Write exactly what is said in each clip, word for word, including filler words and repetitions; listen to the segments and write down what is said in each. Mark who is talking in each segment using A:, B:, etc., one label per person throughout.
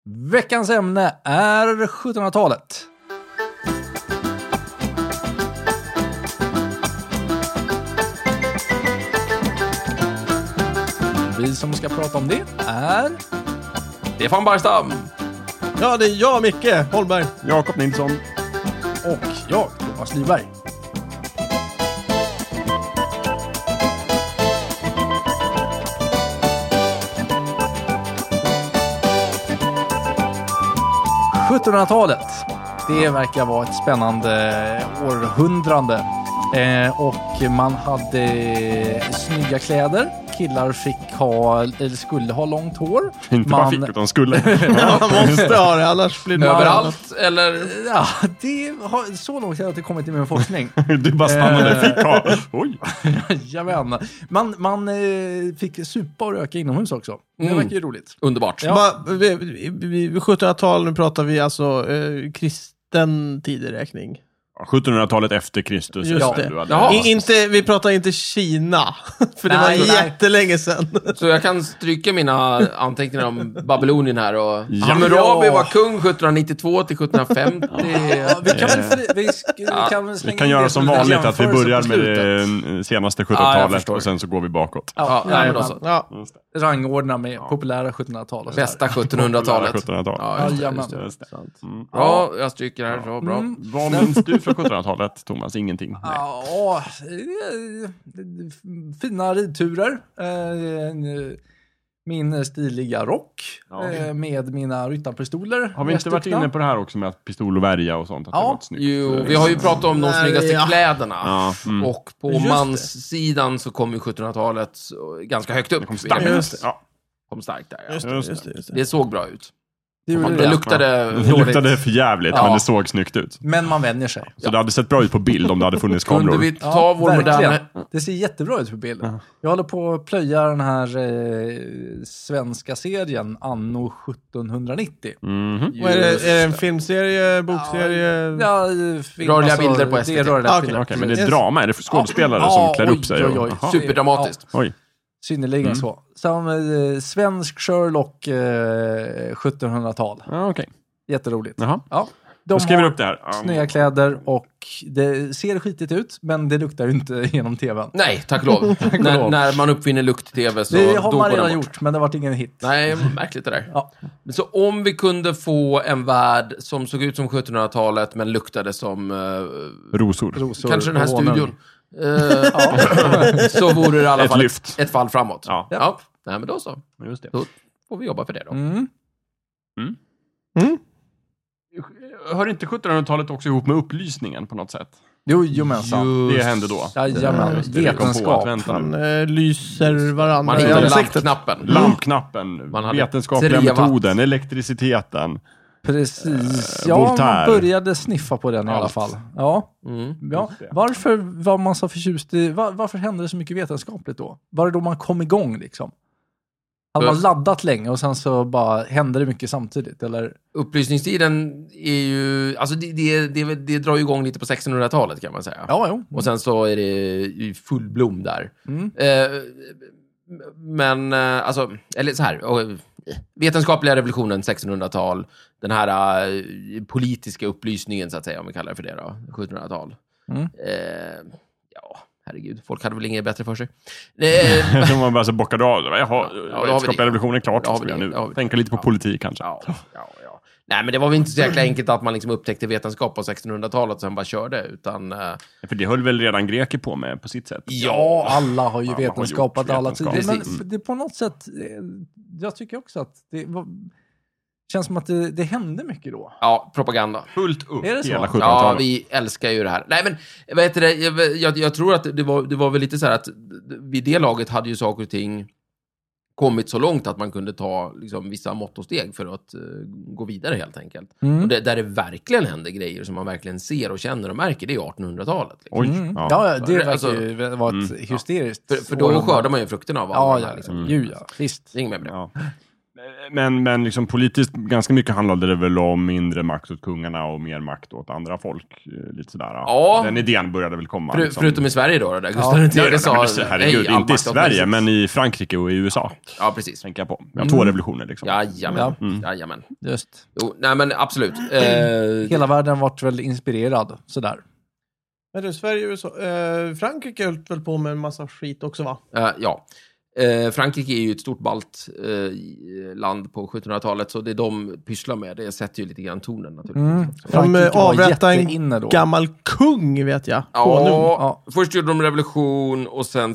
A: Veckans ämne är sjuttonhundratalet. Vi som ska prata om det är
B: Stefan Barstam.
C: Ja, det är jag, Micke Holmberg.
D: Jakob Nilsson.
A: och jag, Thomas Lyberg. sjuttonhundratalet, det verkar vara ett spännande århundrade. Eh, och man hade snygga kläder. Killar fick ha, eller skulle ha långt hår.
D: Inte
A: man...
D: bara fick, utan skulle.
C: Man måste ha det, annars blir det
B: Överallt, eller?
A: Ja, det har så långt att det kommit i min forskning.
D: Du bara stannade, fick ha. Oj.
A: Jajamän. Man, man eh, fick supa och röka inomhus också. Det
B: Mm.
A: verkar ju roligt.
B: Underbart.
A: Ja.
C: Va, vi, vi, vi, vid sjuttonhundratalet nu pratar vi alltså eh, kristen tideräkning.
D: sjuttonhundratalet efter Kristus.
C: Just
D: Ja,
C: det.
D: du hade-
B: Jaha.
C: I, inte, vi pratar inte Kina, för det
A: Nej,
C: var
A: nej.
C: jättelänge sedan.
B: Så jag kan stryka mina anteckningar om Babylonien här. Och
D: Ja.
B: Hammurabi
A: Ja.
B: var kung sjuttonhundranittiotvå till sjuttonhundrafemtio.
A: Ja, vi kan väl för, vi, sk- vi kan väl
D: Vi
A: slänga
D: kan
A: in
D: göra
A: det
D: som
A: en
D: vanligt att vi
A: jämförelse
D: börjar
A: på
D: med
A: slutet.
D: det senaste
B: Ja, jag
D: sjuttonhundratalet
B: förstår.
D: och sen så går vi bakåt.
A: Ja,
B: Ja,
A: nej,
B: men då
A: men
B: så.
C: Ja.
A: rangordna med populära sjuttonhundratal och så
B: Bästa
A: här.
B: sjuttonhundratalet.
D: sjuttonhundratal.
B: Ja, just det,
A: Jajamän.
B: just det.
D: Just det.
B: Sant.
D: Mm.
B: Bra, jag stryker här. Så, bra.
A: Mm.
D: Vad minns du från sjuttonhundratalet, Thomas? Ingenting? Nej.
A: Ja, eh, fina ridturer. Eh, Min stiliga rock
D: Ja.
A: eh, med mina ryttarpistoler.
D: Har vi inte varit inne på det här också med att pistol och värja och sånt? Att
A: Ja.
D: det var ett snyggt.
B: Jo, vi har ju pratat om de
C: Nej,
B: snyggaste
C: ja.
B: kläderna.
D: Ja, mm.
B: Och på
C: Just det.
B: manssidan så kom ju sjuttonhundratalet ganska högt upp.
D: Det kom starkt.
C: Just det.
D: Ja,
B: Kom starkt där, ja.
C: Just det,
D: Just
C: just det, just det.
B: Det såg bra ut.
A: Det gjorde
B: Det
A: det.
B: luktade
D: det
B: dåligt.
D: luktade för jävligt,
B: Ja.
D: men det såg snyggt ut.
A: Men man vänjer sig.
D: Så det hade sett bra ut på bild om det hade funnits
B: Kunde
D: kameror.
B: vi ta vår
A: verkligen.
B: moderna...
A: Det ser jättebra ut på bild.
D: Ja.
A: Jag håller på att plöja den här eh, svenska serien Anno sjuttonhundranittio.
D: Mhm.
C: Vad är, det, är det en filmserie, bokserie?
A: Ja, eh, film,
B: Rörliga bilder på S V T.
A: Det är rörliga
C: Ah, okej,
A: bilder.
D: Okej, men det är
C: Yes.
D: drama. Är det skådespelare
A: Ja,
D: som klär
A: oj,
D: upp sig?
A: oj,
D: och-
A: oj.
D: Jaha.
B: Superdramatiskt.
D: Oj.
A: Synnerligen
D: Mm.
A: så. Som eh, svensk Sherlock eh, sjuttonhundratal.
D: Ja, okej.
A: Jätteroligt.
D: Jaha.
A: Ja, de
D: Då skriver
A: har
D: upp det här. Ja.
A: snygga kläder och det ser skitigt ut, men det luktar ju inte genom tvn.
B: Nej, tack och lov. när,
A: lov.
B: när man uppfinner lukt-tv så
A: Det har
B: då
A: man
B: går den
A: redan
B: bort.
A: gjort, men det har varit ingen hit.
B: Nej, märkligt det där.
A: Ja.
B: Så om vi kunde få en värld som såg ut som sjuttonhundratalet men luktade som eh,
D: Rosor.
A: Rosor,
B: kanske den här
A: honung.
B: studion. Eh, så vore det i alla
D: Ett
B: fall
D: lyft.
B: ett fall framåt.
D: Ja.
B: ja. Nej, men då så.
D: Just det.
B: Då får vi jobba för det då.
A: Mm.
C: Mm.
D: Hör inte sjuttonhundratalet också ihop med upplysningen på något sätt?
A: Jo, jomensan.
D: Det hände då.
A: Jajamän,
D: Just det, vi kom på att
A: vetenskap.
D: vänta
C: Man
D: nu.
C: eh, lyser varandra
B: Man
C: i
B: hittade
C: ansiktet.
B: lampknappen.
D: Lampknappen,
B: Man hade
D: vetenskapliga
B: tre watt.
D: metoden, elektriciteten.
A: Precis.
D: Eh,
A: Ja, man
D: Voltaire.
A: började sniffa på den i alla
D: Allt.
A: fall. Ja.
B: Mm.
A: Ja.
D: Just det.
A: Varför var man så förtjust i... Var, varför hände det så mycket vetenskapligt då? Var det då man kom igång liksom? Hade man
B: För-
A: laddat länge och sen så bara hände det mycket samtidigt? Eller?
B: Upplysningstiden är ju... Alltså det, det, det, det drar ju igång lite på sextonhundratalet kan man säga.
A: Ja, jo.
B: Och sen så är det i full blom där.
A: Mm.
B: Eh, men, eh, alltså, eller så här. Och, eh, vetenskapliga revolutionen, sextonhundratal. Den här eh, politiska upplysningen, så att säga, om vi kallar det för det då. sjuttonhundratal.
A: Mm.
B: Eh, ja, herregud. Folk hade väl inget bättre för sig. Eh,
D: De var bara så bockade av. Jaha,
B: då har vi det.
D: vetenskapliga revolutionen är klart.
B: Då har
D: Så
B: vi
D: vi
B: det.
D: nu
B: Då har vi det.
D: tänka lite på
B: Ja.
D: politik kanske.
B: ja, ja, ja. Nej, men det var väl inte så jäkla enkelt att man liksom upptäckte vetenskap på sextonhundratalet och sen bara körde, utan... Eh,
D: För det höll väl redan greker på med på sitt sätt.
A: Ja, alla har ju
D: Ja, man har
A: vetenskapat
D: gjort
A: alla
D: vetenskap.
A: tider. Men
B: Precis.
A: f- det är på något sätt... eh, Jag tycker också att det var, känns som att det, det hände mycket då.
B: ja, propaganda.
D: Fullt upp
A: Är det så?
D: hela
B: Ja,
D: sjuttonhundratalet.
B: vi älskar ju det här. Nej, men vad heter det? Jag, jag, jag tror att det var, det var väl lite så här att vid det laget hade ju saker och ting kommit så långt att man kunde ta liksom, vissa mått och steg för att uh, gå vidare helt enkelt.
A: Mm.
B: Och det, där det verkligen händer grejer som man verkligen ser och känner och märker, det är artonhundratalet. Liksom.
D: Oj,
A: Mm.
D: ja.
A: Ja, ja, det verkar
B: Alltså,
A: ju vara ett
D: mm,
A: hysteriskt...
B: För, för då
A: århundrade.
B: skördar man ju frukterna av alla
A: Ja,
B: de här,
A: ja,
B: liksom.
D: Mm.
A: gud ja, visst.
B: Det är inget mer med det.
D: Ja. Men, men liksom politiskt ganska mycket handlade det väl om mindre makt åt kungarna och mer makt åt andra folk. Lite sådär.
B: Ja.
D: Den idén började väl komma.
B: För,
D: liksom.
B: Förutom i Sverige då, där Gustav
D: Ja,
B: den tredje
D: ja,
B: sa...
D: sa... Herregud,
B: nej,
D: inte i Sverige, men i Frankrike och i U S A.
B: Ja, precis.
D: Tänker jag på. Vi har två revolutioner liksom.
B: Jajamän.
A: Ja.
B: Mm. Jajamän.
A: Just.
B: Jo, nej men absolut. Eh,
A: Hela världen vart väl inspirerad, sådär.
C: Men du, Sverige och U S A. Eh, Frankrike höll väl på med en massa skit också, va?
B: eh, ja. Eh, Frankrike är ju ett stort balt eh, land på sjuttonhundratalet, så det de pysslar med, det sätter ju lite grann tonen naturligtvis.
A: Mm.
C: De
A: Frankrike
C: eh,
A: var
C: avrättade
A: jätteinne
C: en
A: då.
C: gammal kung, vet jag.
B: Ja,
C: Konung.
A: Ja.
B: först gjorde de revolution och sen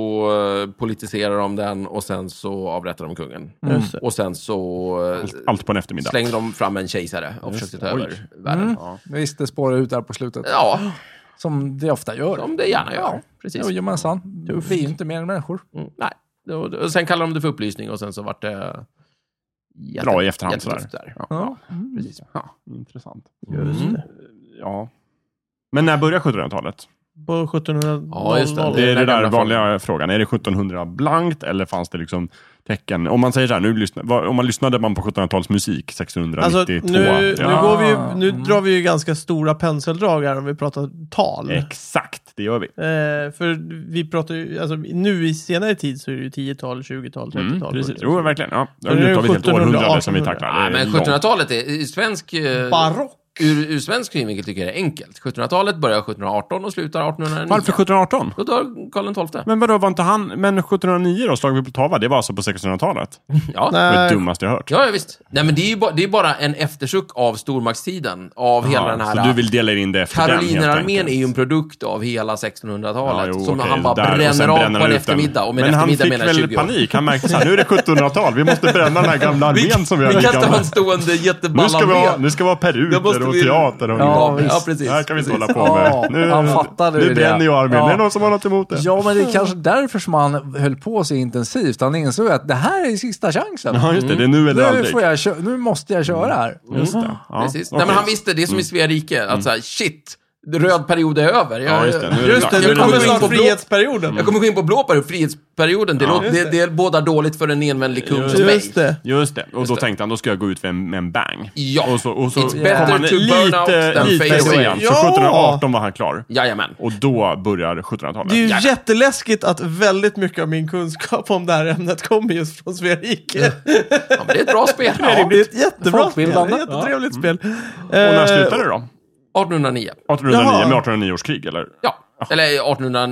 B: så uh, politiserade de den och sen så avrättade de kungen.
A: Mm.
C: Just det.
B: Och sen så uh,
D: Allt på en eftermiddag.
B: slängde de fram en kejsare och
D: Just
B: försökte
D: det.
B: ta
D: Oj.
B: över världen.
A: Mm.
B: Ja.
A: Visst, det spårar ut där på slutet.
B: Ja,
A: Som det ofta gör.
B: som det gärna gör.
A: Ja.
B: Precis.
A: Jo, jomensan. Vi är ju inte mer än människor.
B: Mm, nej. Och, och sen kallade de det för upplysning och sen så vart det jätte,
D: Bra i efterhand
B: jättetufft
D: sådär.
B: där.
D: Ja.
A: Ja.
B: Precis.
D: Ja, intressant.
C: Just
B: Mm.
C: det.
D: Ja. Men när börjar sjuttonhundratalet?
C: På sjuttonhundratalet.
B: Ja, just det.
D: Det är
B: den
D: det där
B: gamla
D: vanliga frågan. Är det sjuttonhundra blankt eller fanns det liksom tecken? Om man säger så här, nu lyssna, vad- om man lyssnade man på sjuttonhundratalets musik sextonhundranittiotvå.
C: Alltså, nu, nu,
D: ja.
C: går vi ju, nu
A: Mm.
C: drar vi ju ganska stora penseldrag här om vi pratar tal.
D: Exakt, det gör vi.
C: Eh, för vi pratar ju, alltså nu i senare tid så är det ju tio-tal, tjugo-tal,
D: Mm,
C: trettio-tal.
D: precis. Jo, verkligen. Ja.
C: Så nu är
D: Nu
C: det
D: tar vi ett helt
C: sjuttonhundra,
D: århundrade som vi
C: artonhundra.
D: tacklar.
B: Nej,
D: Det är
B: men
D: långt.
B: sjuttonhundratalet är i svensk... eh,
C: Barock.
B: Ur, ur svensk synvinkel tycker jag det är enkelt. sjuttonhundratalet börjar sjuttonhundraarton och slutar artonhundranio.
D: Varför sjuttonhundraarton?
B: Då dör Karl den tolfte.
D: Men vadå, var inte han... Men sjuttonhundranio då, slaget på Poltava, det var alltså på sextonhundratalet?
B: Ja.
D: Det var det
C: Nej,
D: dummaste jag hört.
B: Ja, ja, visst. Nej, men det är ju bara, det är bara en eftersuck av stormaktstiden. Av hela
D: Ja,
B: den här...
D: så du vill dela in det efter den, helt
B: Karolinerarmén
D: enkelt.
B: är ju en produkt av hela sextonhundratalet.
D: Ja, jo,
B: som
D: okej,
B: han bara
D: där, och sen
B: bränner av
D: bränner
B: på
D: han
B: en
D: ut den.
B: eftermiddag. Och med
D: Men han
B: eftermiddag
D: fick
B: menar jag
D: väl
B: tjugo år.
D: panik. Han märkte så här, nu är det sjuttonhundratal. Vi måste bränna den här gamla armén som vi har
B: Vi kan inte ha en
D: liggande.
B: stående
D: Nu
B: jätteball
D: ska vi ha,
B: armé.
D: nu ska vi ha
B: Det måste
D: peruker och
B: vi-
D: teater och
A: Ja,
B: Ja,
A: visst.
B: precis.
D: det här kan vi inte
B: precis.
D: hålla på med.
A: Ja,
D: Nu,
A: han fattade
D: nu
A: det.
D: bränner jag armén.
A: Ja.
D: Det är någon som har något emot det.
A: Ja, men det är kanske därför som han höll på så intensivt. Han insåg att det här är sista chansen.
D: Ja, just det. Det är nu eller
A: Nu,
D: aldrig.
A: får jag kö- nu måste jag köra här.
D: Just det. Ja,
B: Precis.
D: okej.
B: Nej, men han visste, det är som i Svea rike, att så här, shit, röd period är över. Jag,
D: Ja, just det. Nu är det
C: just det,
D: dags.
C: nu
B: jag kommer
C: kommer
B: gå in på
C: snart
B: blå-
C: frihetsperioden.
B: Jag kommer gå in på blå period, frihetsperioden. Det,
D: Ja.
B: låter,
C: Just
B: det, det bådar dåligt för en envänlig kung
D: Just
B: som mig.
C: Just det.
D: Just det. Och
B: Just
D: då
B: det.
D: tänkte han, då ska jag gå ut med en, med en bang.
B: Ja.
D: Och så, och så
B: It's
D: kom
B: better
D: han
B: to burn out
D: lite,
B: than
D: lite
B: fade away.
D: sen. Så
C: Ja.
D: sjuttonhundraarton var han klar.
B: Jajamän.
D: Och då börjar sjuttonhundratalet.
C: Det är ju
B: Ja.
C: jätteläskigt att väldigt mycket av min kunskap om det här ämnet kommer just från Sverige.
B: Ja, men det är ett bra spel.
C: Det är ett jättebra spel. Det är
A: Folkbildande.
C: ett jättetrevligt spel.
D: Och när
C: Eh,
D: slutade det då?
B: artonhundranio.
D: artonhundranio
C: Jaha.
D: med artonhundraniio års krig, eller?
B: Ja. Eller artonhundra...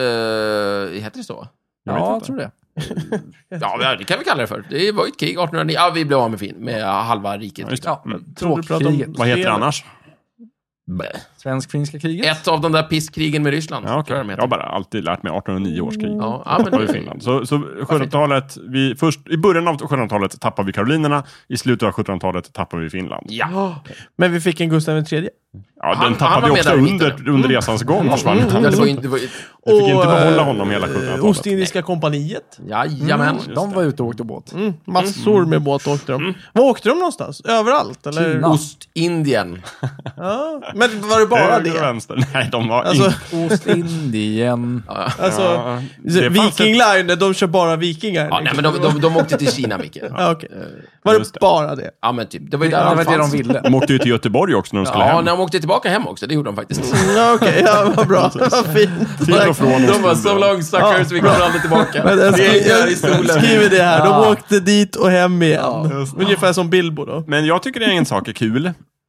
B: Uh, heter det så?
D: Jag vet
A: Ja, jag
D: inte.
A: tror det.
B: Ja, det kan vi kalla det för. Det var ju ett krig, artonhundranio. Ja, vi blev av med fin, med halva riket.
D: Ja, just det.
A: Ja,
D: Mm.
C: tror du pratar om-
A: tråkkriget.
D: Vad heter det
C: Spel.
D: annars?
B: Bäh.
A: Svensk-finska kriget.
B: Ett av de där pisskrigen med Ryssland.
D: Ja,
B: tror
D: okej.
B: jag de
D: Jag
B: heter.
D: har bara alltid lärt mig artonhundranio års krig.
B: Ja, ja, men
D: Det var ju Finland. Så, så sjuttonhundratalet, vi, först, i början av sjuttonhundratalet tappar vi Karolinerna, i slutet av sjuttonhundratalet tappar vi Finland.
B: Ja.
C: Men vi fick en Gustav den tredje.
D: Ja,
B: Han-
D: den
B: han
D: tappade
B: var
D: vi
B: med
D: också
B: där i
D: under,
B: mitten.
D: under resans gång. Försvann
B: Ja,
D: han.
B: det var ju, det var, ju-
D: Vi fick inte
C: Och,
D: behålla
C: eh,
D: honom hela sjuttonhundratalet.
C: Ostindiska kompaniet.
B: jajamän.
D: Mm.
A: De var ute och åkte båt.
C: Mm, massor med båt åkte de. Var åkte de någonstans? Överallt? Eller?
A: Kina.
B: Ostindien.
C: Ja. Men var det bara
D: Höger och
C: det?
D: vänster. Nej, de var
C: Alltså,
D: inte...
A: Ostindien.
B: Ja,
C: alltså
D: Ja, det fanns
C: Viking Line, de kör bara vikingar.
B: ja, nej, men de, de, de åkte till Kina, Micke.
C: Ja, okej. Var det
D: Just det.
C: bara det?
B: Ja, men typ. Det var ju
A: Det
B: där
A: var
B: han
A: det de
B: fanns.
A: ville.
D: De åkte ju till Göteborg också när de skulle
B: Ja,
D: hem.
B: när de åkte tillbaka hem också. Det gjorde de faktiskt.
C: Ja, okej, ja, vad bra. Vad fint.
D: Till och från
B: De var
D: Oslo.
B: så long suckers, vi kommer aldrig tillbaka.
C: Men jag,
B: Det är
C: skri-
B: där i
C: jag
B: stolen.
C: skriver det här, de
A: Ja.
C: åkte dit och hem igen.
B: Ja,
D: just det.
C: Ungefär som Bilbo då.
D: Men jag tycker det är en sak är kul.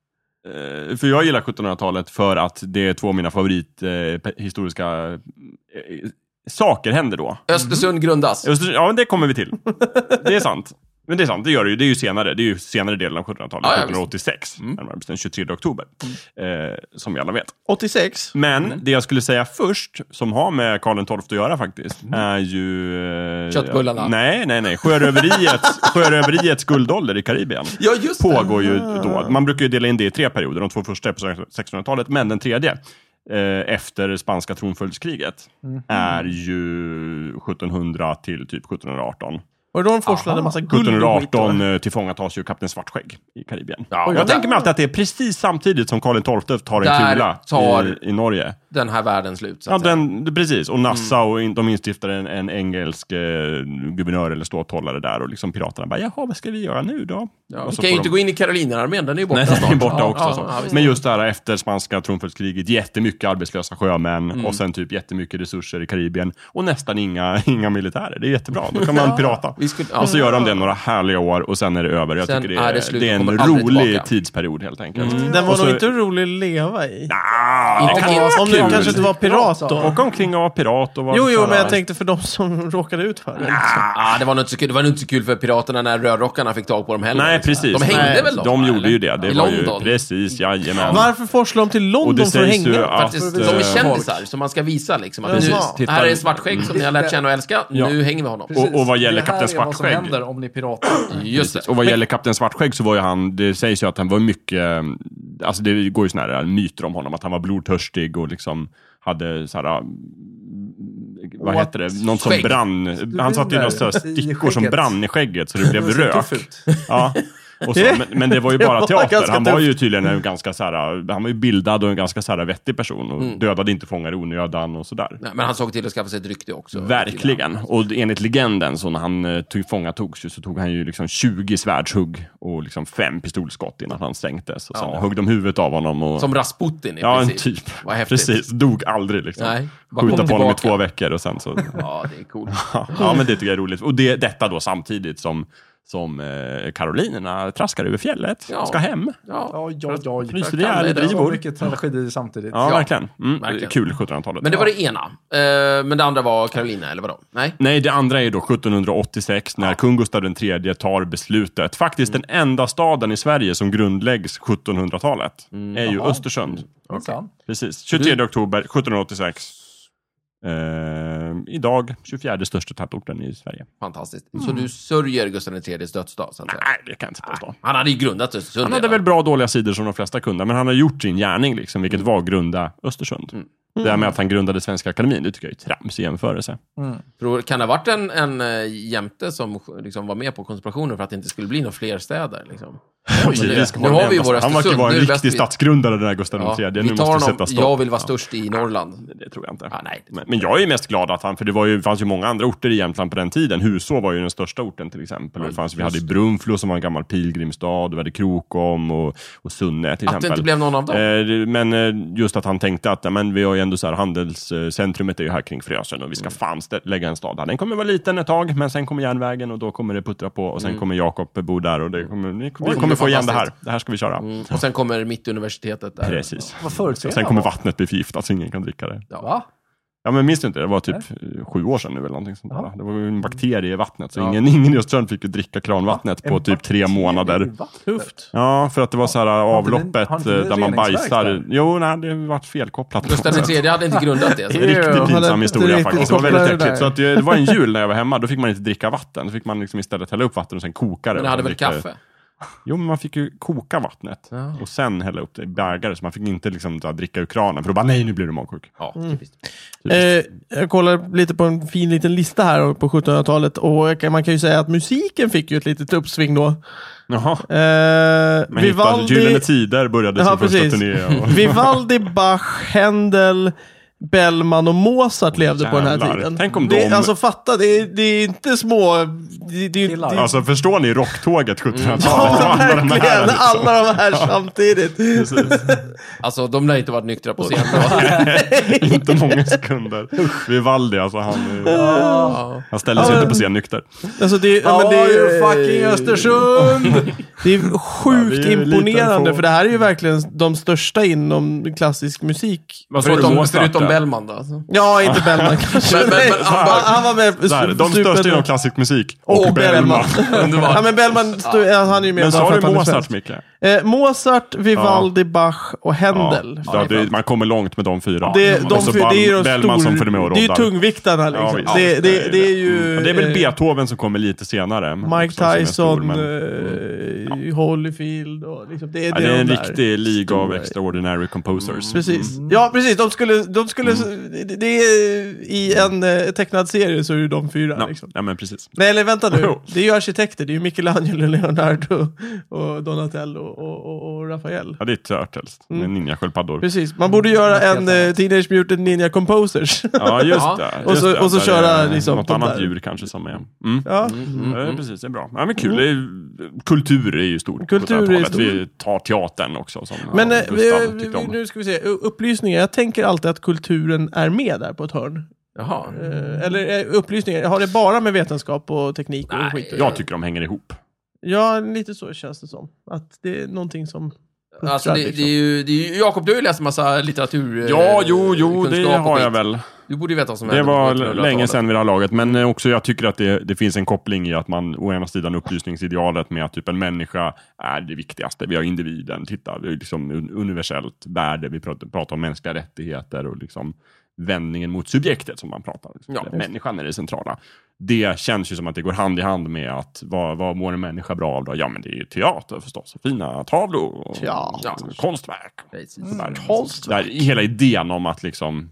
D: Eh, För jag gillar sjuttonhundratalet för att det är två av mina favorit eh, pe- historiska eh, saker händer då.
B: Östersund grundas.
D: Öster- Ja, men det kommer vi till. Det är sant. Men det är sant, det gör det ju. Det är ju senare. Det är ju senare delen av sjuttonhundratalet.
B: Ja, ja,
D: sjuttonhundraåttiosex.
B: Mm.
D: närmare bestämt den tjugotredje oktober. Eh, som vi alla vet.
C: åttiosex.
D: Men
B: Mm.
D: det jag skulle säga först, som har med Karl den tolfte att göra faktiskt, är ju... Eh,
B: Köttbullarna.
D: Nej, nej, nej. Sjöröveriets, sjöröveriets guldålder i Karibien.
B: Ja, just det.
D: Pågår ju då. Man brukar ju dela in det i tre perioder. De två första är på sextonhundratalet, men den tredje, eh, efter spanska tronföljdskriget, är ju sjuttonhundra till typ sjuttonhundraarton.
C: Och då de forslade en massa guld och skit.
D: sjuttonhundraarton tillfångatas ju kapten Svartskägg i Karibien.
B: Ja,
D: jag
B: där,
D: tänker mig alltid att det är precis samtidigt som Karl tolfte tar en
B: Där
D: kula
B: tar-
D: i, i Norge.
B: Den här världens slut. Så
D: Ja,
B: att säga.
D: den, precis. Och Nassau, och in, de instiftar en, en engelsk eh, guvernör eller ståthållare där. Och liksom piraterna bara, jaha, vad ska vi göra nu då?
B: Ja,
D: Och
B: vi
D: så
B: kan ju
D: får
B: inte
D: de-
B: gå in i Karolinerarmén, den är ju borta
D: Nej, den är
B: snart.
D: borta
B: Ja,
D: också.
B: ja,
D: så.
B: ja, visst.
D: Men just där efter spanska tronföljdskrigget, jättemycket arbetslösa sjömän
B: Mm.
D: och sen typ jättemycket resurser i Karibien och nästan inga, inga militärer. Det är jättebra, då kan man pirata.
B: Vi skulle, ja.
D: Och så gör de det några härliga år och sen är det över. Jag
B: Sen
D: tycker det
B: är
D: är,
B: det slut
D: det är
B: och
D: en
B: kommer aldrig
D: rolig
B: tillbaka.
D: tidsperiod helt enkelt.
C: Den var
D: Och så-
C: nog inte rolig att leva i.
D: Ah,
B: Inte
D: det kan
B: om-
D: vara
C: Om du
D: kul.
C: kanske inte var pirat då.
D: Åka omkring och vara pirat och vara...
C: Jo, jo,
D: så
C: men
D: här-
C: jag tänkte för de som råkade ut för det.
B: Ah, det var nog inte så kul. Det var nog inte så kul för piraterna när rörrockarna fick tag på dem heller.
D: Nej,
B: liksom.
D: precis.
B: De hängde
C: Nej,
B: väl då?
D: De
B: va,
D: gjorde
B: eller?
D: ju det. Det
B: I
D: var
B: London.
D: ju precis, jajamän.
C: Varför forslar de till
D: Och
C: London
D: det
C: för att
D: sägs ju
C: hänga?
D: att...
B: Faktiskt, de är
D: eh,
B: kändisar, så man ska visa liksom att nu,
C: Jaha.
B: här är en Svartskägg som ni har lärt känna och älska.
D: Ja.
B: Nu hänger vi honom.
D: Och- och vad gäller
A: det här
D: Kapten
A: är vad som
D: Svartskägg?
A: händer om ni piratar.
B: Just det.
D: Och vad gäller kapten Svartskägg så var ju han, det sägs ju att han var mycket, alltså det går ju såna här myter om honom, att han var blodtörstig och liksom hade så här, vad
A: What?
D: heter det, någon som
B: Skägg.
D: brann, han satte ju några så här
A: I
D: stickor som
A: skägget.
D: brann i skägget så det blev
A: Det ser
D: rök.
A: tuff ut.
D: Ja. Och så, men, men det var ju
C: Det
D: bara
C: var
D: teater.
C: ganska
D: Han var
C: tufft.
D: ju tydligen en ganska så här, han var ju bildad och en ganska så här vettig person och
B: Mm.
D: dödade inte fångar i onödan och sådär.
B: Nej, men han såg till att skaffa sig ett rykte också.
D: Verkligen. Och enligt legenden, så när han eh, tog, fånga togs ju, så tog han ju liksom tjugo svärdshugg och liksom fem pistolskott innan han sänktes. Och sen
B: Ja.
D: högg de huvudet av honom. Och,
B: Som Rasputin i
D: ja, en
B: princip.
D: typ.
B: Vad häftigt.
D: Precis. Dog aldrig liksom.
B: Nej, bara
D: Skjuta
B: kom
D: på honom i
B: tillbaka.
D: två veckor och sen så...
B: Ja, det är coolt.
D: ja, men det tycker jag är roligt. Och det, detta då samtidigt som, som eh, karolinerna traskar över fjället.
B: Ja.
D: Ska hem.
B: Ja.
A: Oj, oj, oj.
D: Fryser
B: Jag kan
D: ihjäl i
B: det.
A: Så
D: drivor.
A: mycket tragedi samtidigt.
D: Ja,
B: Ja,
D: verkligen. Mm,
B: verkligen.
D: Kul sjuttonhundratalet.
B: Men det var det ena. Eh, men det andra var Karolina, eller vadå? Nej?
D: Nej, det andra är då sjuttonhundraåttiosex när kung Gustav den tredje tar beslutet. Faktiskt den enda staden i Sverige som grundläggs sjuttonhundratalet är ju
A: Jaha.
D: Östersund.
A: Minsann.
D: Precis. tjugotredje oktober sjuttonhundraåttiosex. Eh, idag tjugofjärde största tätorten i Sverige.
B: Fantastiskt. Så du sörjer Gustav den tredjes dödsdag, så att säga?
D: Nej, det kan jag inte påstå.
B: Han hade ju grundat Östersund.
D: Han hade
B: redan.
D: väl bra och dåliga sidor som de flesta kunde, men han har gjort sin gärning, liksom, vilket var grunda Östersund.
B: Mm.
D: Det där med att han grundade Svenska Akademin, det tycker jag är trams i jämförelse.
A: Mm.
B: Tror, kan det ha varit en, en äh, jämte som liksom var med på konspirationen för att det inte skulle bli några fler städer? Liksom?
D: Oj,
B: men det-
D: det ska
B: nu
D: vara
B: har vi ju
D: den
B: vår
D: enda- Han verkar
B: Östersund,
D: vara en
B: nu är det bäst
D: riktig
B: vi-
D: statsgrundare, den här Gustav
B: Ja,
D: den tredje.
B: vi
D: Nu
B: tar
D: måste sätta
B: honom,
D: stopp.
B: jag vill vara
D: Ja.
B: störst i Norrland.
D: Det tror jag inte.
B: Ja, nej.
D: Men, men jag är mest glad att han, för det var ju, fanns ju många andra orter i Jämtland på den tiden. Huså var ju den största orten till exempel. Och det fanns, vi hade Brunflo som var en gammal pilgrimsstad, och vi hade Krokom och, och Sunne till
B: Att det
D: exempel.
B: inte blev någon av dem.
D: Eh, men eh, just att han tänkte att ja, men vi har ju ändå så här, handelscentrumet är ju här kring Frösön och vi ska fan stä- lägga en stad här. Den kommer vara liten ett tag, men sen kommer järnvägen och då kommer det puttra på och sen
B: Mm.
D: kommer Jakob bo där och det kommer, vi kommer,
B: det
D: kommer få igen det här.
B: fantastiskt.
D: Det här ska vi köra.
B: Mm. Och sen kommer Mittuniversitetet där.
D: Precis.
A: Vad förutser
D: Och sen
A: jag
D: kommer
A: då?
D: vattnet bli förgiftat så ingen kan dricka det.
B: Ja.
A: Va?
D: Ja, men minns du inte? Det var typ eh, sju år sedan nu eller någonting sånt där.
A: Ja.
D: Det var ju en bakterie i vattnet, så
B: Ja.
D: ingen, ingen i Östersund fick ju dricka kranvattnet på
A: En
D: typ tre
A: bakterie i
D: månader.
A: vattnet?
C: Tufft.
D: Ja, för att det var så här
A: Har inte ni-
D: avloppet
A: har inte ni
D: eh, där man
A: reningsverk
D: bajsar.
A: där?
D: Jo, nej, det var felkopplat. på
B: Gustav
D: något
B: den
D: sätt.
B: tredje hade inte grundat det. Så.
C: Ew.
D: Riktigt
C: hade
D: pinsam
C: inte
D: historia
C: riktigt
D: faktiskt. Det var
C: kopplat
D: väldigt
C: det där.
D: äckligt. Så att det, det var en jul när jag var hemma, då fick man inte dricka vatten. Då fick man liksom istället hälla upp vatten och sen koka det.
B: Men det hade
D: Och
B: väl
D: dricka det.
B: kaffe?
D: Jo, men man fick ju koka vattnet.
B: Ja.
D: Och sen hälla upp det i bägare. Så man fick inte liksom så här, dricka ur kranen. För då bara, nej, nu blir du magsjuk.
B: Ja, typiskt.
C: Eh, jag kollar lite på en fin liten lista här på sjuttonhundratalet och jag kan- man kan ju säga att musiken fick ju ett litet uppsving då.
D: Jaha.
C: Eh,
D: Men hittade Gyllene Tider började sin
C: Ja,
D: första
C: precis.
D: turné. Och...
C: Vivaldi, Bach, Händel, Bellman och Mozart levde på den här
D: Jävlar.
C: tiden.
D: Tänk om
C: det,
D: de-
C: Alltså fatta, det är, det är inte små... Det, det,
A: Killar.
C: det,
D: Alltså förstår ni rocktåget sjuttonhundratalet?
C: ja,
D: Alla de här,
C: verkligen.
D: liksom.
C: Alla de här samtidigt.
D: Precis.
B: Alltså, de lär inte varit nyktra på scen.
D: Inte många sekunder. Vivaldi, alltså han, eh,
B: Ja.
D: han ställer sig inte på scen nykter.
C: Alltså det, ja, men det,
A: Are you
C: är-
A: fucking Östersund?
C: det är sjukt
D: Ja, vi är liten
C: imponerande,
D: på-
C: för det här är ju verkligen de största inom klassisk musik.
D: Vad sa du,
B: Förutom,
D: Mozart,
B: förutom
D: ja?
B: Bellman då. Alltså.
C: Ja, inte Bellman kanske.
B: Men- men- men han
C: han,
B: bara-
C: han var med.
D: Så här, de
C: super-
D: största inom klassisk musik. Och,
C: Och Bellman.
B: Underbart.
C: Ja, men Bellman, stod- ja, han är ju med
D: Men
C: bara
D: sa
C: för
D: du
C: att han är
D: Mozart,
C: svensk.
D: Micke?
C: Eh, Mozart, Vivaldi, Bach och Händel.
D: Ja, det, man kommer långt med de fyra.
C: Det, de,
D: Och så
C: fyr- det är ju de
D: Bellman som
C: stor,
D: följer med och
C: det är ju
D: roddar.
C: tungviktarna liksom.
D: Ja, visst.
C: det, det, det är ju...
D: Ja, det är väl
C: eh,
D: Beethoven som kommer lite senare.
C: Mike
D: också, som är
C: Tyson,
D: stor, men-
C: eh, Holyfield och liksom, det,
D: Ja,
C: det
D: det är en
C: de
D: riktig
C: där
D: League of
C: stora.
D: Extraordinary Composers.
C: Precis. Ja, precis. De skulle, de skulle... Mm. Det, det är, I en eh, tecknad serie så är det de fyra.
D: Ja,
C: liksom.
D: ja men precis.
C: Nej, eller vänta nu. Det är ju arkitekter. Det är ju Michelangelo, Leonardo och Donatello och, och, och Raphael.
D: Ja, det är Turtles med
C: Mm.
D: ninja-sköldpaddor.
C: Precis. Man borde göra en eh, Teenage Mutant Ninja Composers.
D: Ja, just
B: Ja.
D: det. Just
C: Och så-
D: det.
C: och så
D: Där
C: köra
D: är
C: liksom
D: något
C: de
D: annat
C: där.
D: djur kanske som är... Mm.
C: Ja.
B: Mm,
D: Ja,
B: mm.
D: precis, det är bra. Ja, men kul. Det är, kultur är ju stort.
C: Kultur är
D: sjuttonhundratalet.
C: stort.
D: Vi tar teatern också som
C: Men
D: ja,
C: eh,
D: Gustav
C: vi,
D: tyckte
C: vi,
D: om.
C: nu ska vi se. U- Upplysningar. Jag tänker alltid att kulturen är med där på ett hörn.
B: Jaha.
C: Eh, eller eh, upplysningar. Har det bara med vetenskap och teknik och
B: Nej.
C: skit? att
D: Jag
C: göra?
D: tycker de hänger ihop.
C: Ja, lite så känns det som. Att det är någonting som...
B: Alltså, det, det är ju, det är ju, Jakob, du har ju läst en massa litteratur. eh,
D: Ja, jo, jo, det
B: kunskap och
D: har jag
B: skit.
D: väl.
B: Du borde ju veta vad som
D: Det
B: hände på
D: var
B: sjuttonhundratalet.
D: länge sedan vid det här laget, men eh, också jag tycker att det, det finns en koppling i att man å ena sidan upplysningsidealet med att typ en människa är det viktigaste. Vi har individen, titta, vi är liksom un- universellt värde, vi pratar, pratar om mänskliga rättigheter och liksom vändningen mot subjektet som man pratar om.
B: Ja.
D: Eller människan är det centrala. Det känns ju som att det går hand i hand med att vad, vad mår en människa bra av då? Ja, men det är ju teater förstås, fina tavlor och
C: Ja.
B: Ja.
D: konstverk.
B: Precis.
C: Mm.
D: Där, hela idén om att liksom